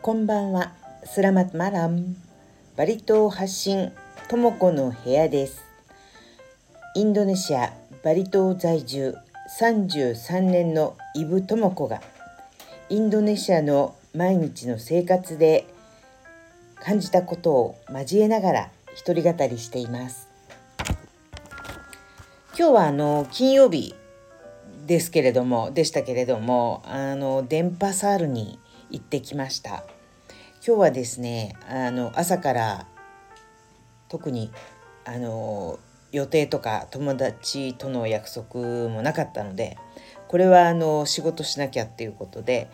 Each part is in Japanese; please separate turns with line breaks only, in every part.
こんばんは。スラマットマラム。バリ島発信ともこの部屋です。インドネシアバリ島在住33年のイブともこがインドネシアの毎日の生活で感じたことを交えながら一人語りしています。今日は金曜日でしたけれども電波サールに行ってきました。今日はですね朝から特に予定とか友達との約束もなかったので、これは仕事しなきゃっていうことで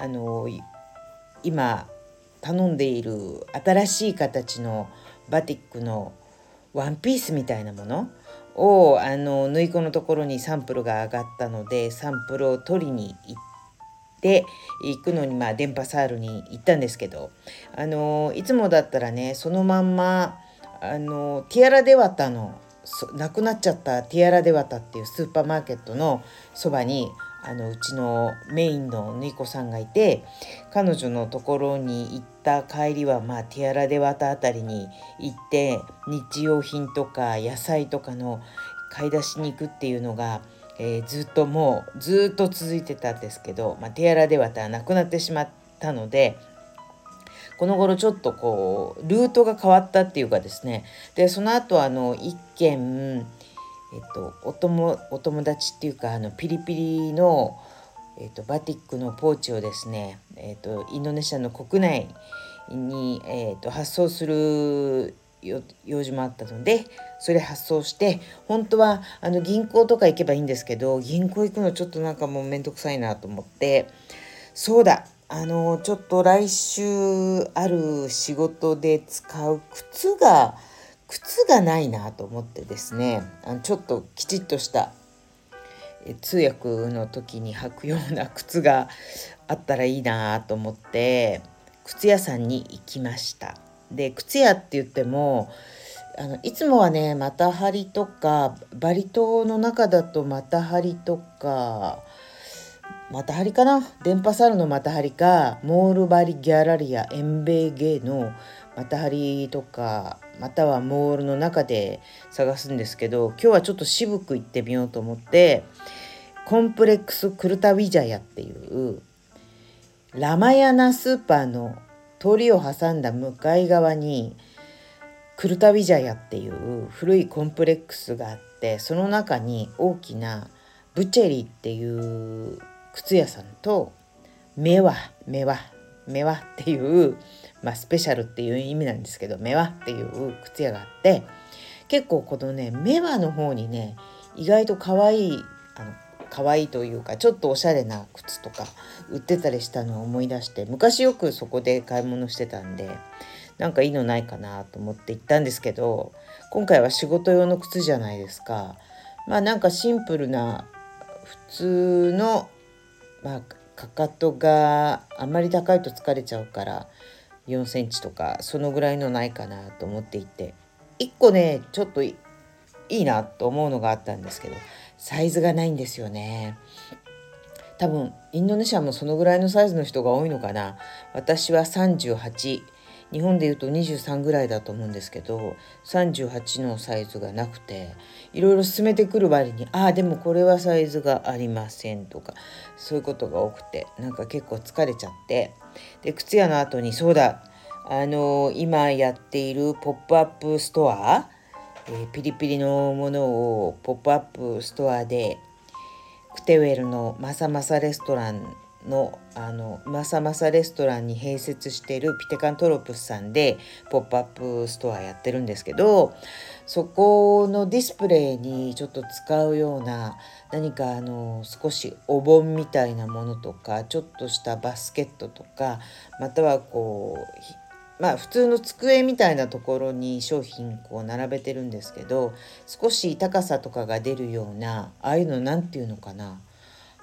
今頼んでいる新しい形のバティックのワンピースみたいなものを縫い子のところにサンプルが上がったので、サンプルを取りに行くのに電波サールに行ったんですけど、いつもだったらねそのまんまティアラデワタのなくなっちゃったティアラデワタっていうスーパーマーケットのそばにうちのメインの縫い子さんがいて、彼女のところに行った帰りはティアラデワタあたりに行って日用品とか野菜とかの買い出しに行くっていうのが、ずっと続いてたんですけど、ティアラデワタはなくなってしまったので、この頃ちょっとルートが変わったっていうかですね。でその後一軒お友達っていうかピリピリの、バティックのポーチをですね、インドネシアの国内に、発送する用事もあったので、それ発送して、本当は銀行とか行けばいいんですけど、銀行行くのちょっともうめんどくさいなと思って、そうだちょっと来週ある仕事で使う靴がないなと思ってですね、ちょっときちっとした通訳の時に履くような靴があったらいいなと思って靴屋さんに行きました。で靴屋って言ってもいつもはね股張とかバリ島の中だと股張とか股張かな、電波サルの股張かモールバリギャラリアエンベーゲの股張とか、またはモールの中で探すんですけど、今日はちょっと渋く行ってみようと思ってコンプレックスクルタウィジャヤっていうラマヤナスーパーの通りを挟んだ向かい側にクルタウィジャヤっていう古いコンプレックスがあって、その中に大きなブチェリっていう靴屋さんとメワっていう、スペシャルっていう意味なんですけど、メワっていう靴屋があって、結構このねメワの方にね意外と可愛いというかちょっとおしゃれな靴とか売ってたりしたのを思い出して、昔よくそこで買い物してたんで、いいのないかなと思って行ったんですけど、今回は仕事用の靴じゃないですか。シンプルな普通のかかとがあんまり高いと疲れちゃうから4センチとかそのぐらいのないかなと思っていて、1個ねちょっといいなと思うのがあったんですけど、サイズがないんですよね。多分インドネシアもそのぐらいのサイズの人が多いのかな。私は38、日本でいうと23ぐらいだと思うんですけど、38のサイズがなくて、いろいろ進めてくる割にでもこれはサイズがありませんとか、そういうことが多くて結構疲れちゃって、で靴屋の後にそうだ今やっているポップアップストア、ピリピリのものをポップアップストアでクテウェルのマサマサレストランのマサマサレストランに併設しているピテカントロプスさんでポップアップストアやってるんですけど、そこのディスプレイにちょっと使うような何か少しお盆みたいなものとか、ちょっとしたバスケットとか、または普通の机みたいなところに商品並べてるんですけど、少し高さとかが出るようなああいうのなんていうのかな、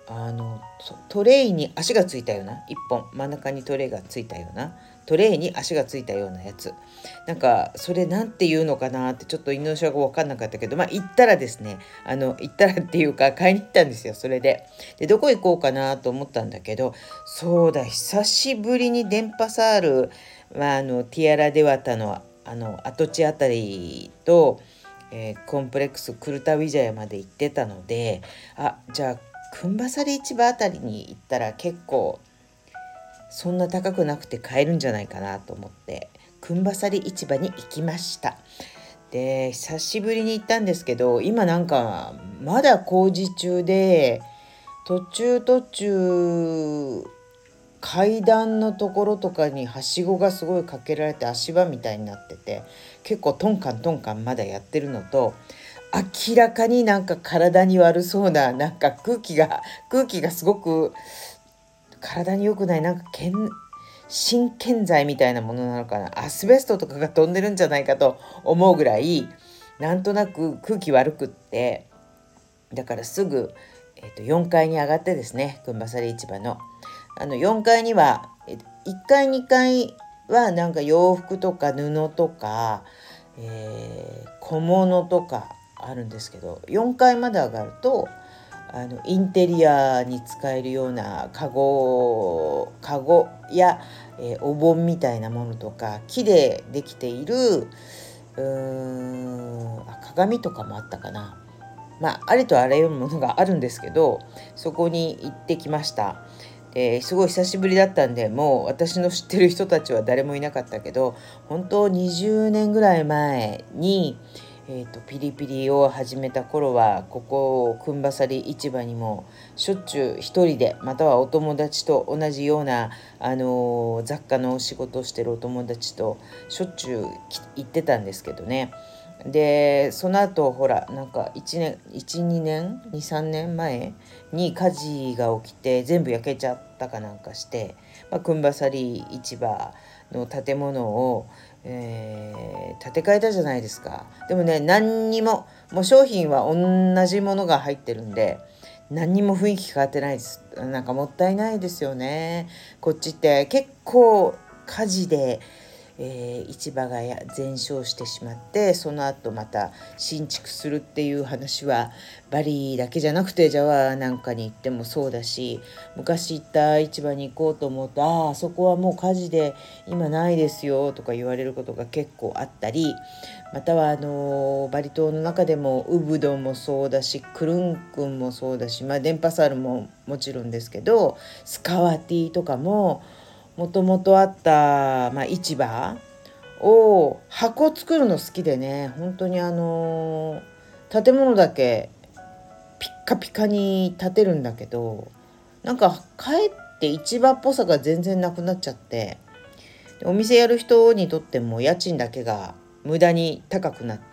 トレイに足がついたような1本真ん中にトレイがついたようなトレイに足がついたようなやつ、なんかそれなんていうのかなってちょっとインドネシア語分かんなかったけど、行ったらですね、行ったらっていうか買いに行ったんですよ。それでどこ行こうかなと思ったんだけど、そうだ、久しぶりに電波サール、ティアラデワタの跡地あたりと、コンプレックスクルタウィジャヤまで行ってたので、じゃあクンバサリ市場あたりに行ったら結構そんな高くなくて買えるんじゃないかなと思ってクンバサリ市場に行きました。で、久しぶりに行ったんですけど、今なんかまだ工事中で、途中階段のところとかにはしごがすごいかけられて足場みたいになってて、結構トンカンまだやってるのと、明らかになんか体に悪そうな、なんか空気がすごく体に良くない、なんか新建材みたいなものなのかな、アスベストとかが飛んでるんじゃないかと思うぐらい、なんとなく空気悪くって、だからすぐ、4階に上がってですね、クンバサリ市場の4階には、1階2階はなんか洋服とか布とか、小物とかあるんですけど、4階まで上がるとインテリアに使えるようなカゴや、お盆みたいなものとか、木でできている鏡とかもあったかな。ありとあらゆるものがあるんですけど、そこに行ってきました。すごい久しぶりだったんで、もう私の知ってる人たちは誰もいなかったけど、本当20年ぐらい前に、ピリピリを始めた頃は、ここクンバサリ市場にもしょっちゅう一人で、またはお友達と同じような、雑貨の仕事をしてるお友達としょっちゅう行ってたんですけどね。でその後ほら、なんか2年23年前に火事が起きて全部焼けちゃったかなんかして、クンバサリ市場の建物を、建て替えたじゃないですか。でもね、何にも、もう商品は同じものが入ってるんで、何にも雰囲気変わってないです。なんかもったいないですよね。こっちって結構火事で市場が全焼してしまって、その後また新築するっていう話はバリだけじゃなくてジャワなんかに行ってもそうだし、昔行った市場に行こうと思うと、あそこはもう火事で今ないですよとか言われることが結構あったり、またはバリ島の中でもウブドもそうだし、クルンクンもそうだし、電波サルももちろんですけど、スカワティとかももともとあった、市場を箱作るの好きでね、本当に建物だけピッカピカに建てるんだけど、なんかかえって市場っぽさが全然なくなっちゃって、お店やる人にとっても家賃だけが無駄に高くなって、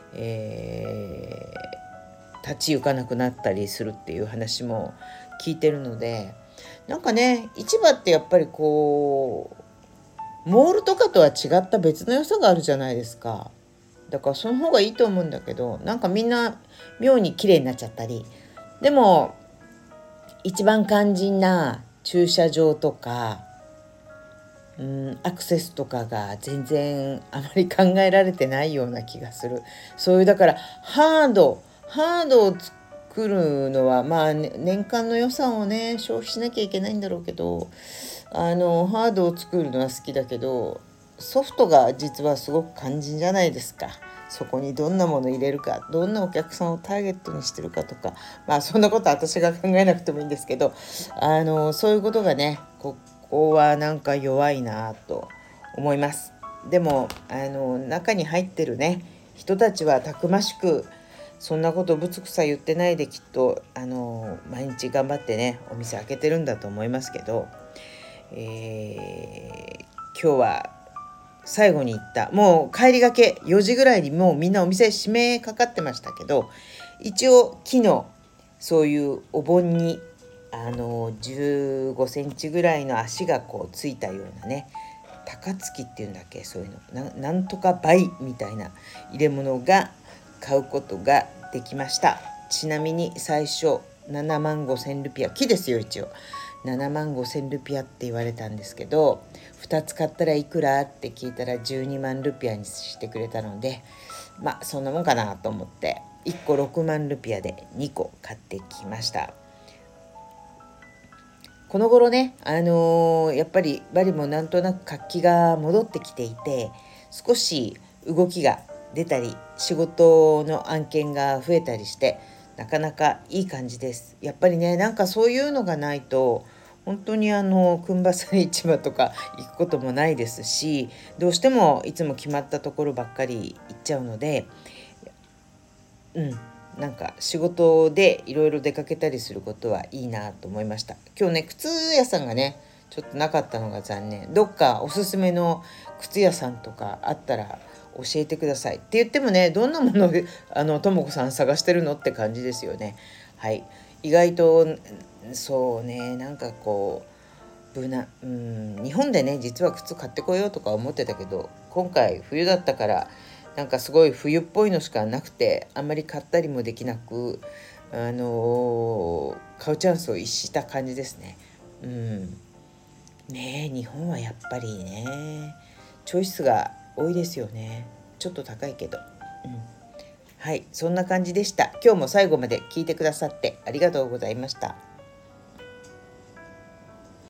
立ち行かなくなったりするっていう話も聞いてるので、なんかね、市場ってやっぱりこうモールとかとは違った別の良さがあるじゃないですか。だからその方がいいと思うんだけど、なんかみんな妙に綺麗になっちゃったり、でも一番肝心な駐車場とか、アクセスとかが全然あまり考えられてないような気がする。そういうだからハードを作るのは年間の予算をね消費しなきゃいけないんだろうけど、ハードを作るのは好きだけど、ソフトが実はすごく肝心じゃないですか。そこにどんなもの入れるか、どんなお客さんをターゲットにしてるかとか、そんなことは私が考えなくてもいいんですけど、そういうことがね、ここはなんか弱いなと思います。でも中に入ってるね人たちはたくましく、そんなことぶつくさ言ってないで、きっと毎日頑張ってねお店開けてるんだと思いますけど、今日は最後に行った、もう帰りがけ4時ぐらいにもうみんなお店閉めかかってましたけど、一応木のそういうお盆に15センチぐらいの足がこうついたようなね、高槻っていうんだっけ、そういうのなんとか倍みたいな入れ物が買うことができました。ちなみに最初 7万5千ルピア、木ですよ一応。7万5千ルピアって言われたんですけど、2つ買ったらいくらって聞いたら12万ルピアにしてくれたので、まあそんなもんかなと思って1個6万ルピアで2個買ってきました。この頃ね、やっぱりバリもなんとなく活気が戻ってきていて、少し動きが出たり仕事の案件が増えたりして、なかなかいい感じです。やっぱりね、なんかそういうのがないと本当にクンバサリ市場とか行くこともないですし、どうしてもいつも決まったところばっかり行っちゃうので、なんか仕事でいろいろ出かけたりすることはいいなと思いました。今日ね、靴屋さんがねちょっとなかったのが残念。どっかおすすめの靴屋さんとかあったら教えてください。って言ってもね、どんなものともこさん探してるのって感じですよね。はい、意外とそうね、なんかこう日本でね実は靴買ってこようとか思ってたけど、今回冬だったからなんかすごい冬っぽいのしかなくて、あんまり買ったりもできなく、買うチャンスを逸した感じですね。ねえ、日本はやっぱりねチョイスが多いですよね。ちょっと高いけど、はい、そんな感じでした。今日も最後まで聞いてくださってありがとうございました。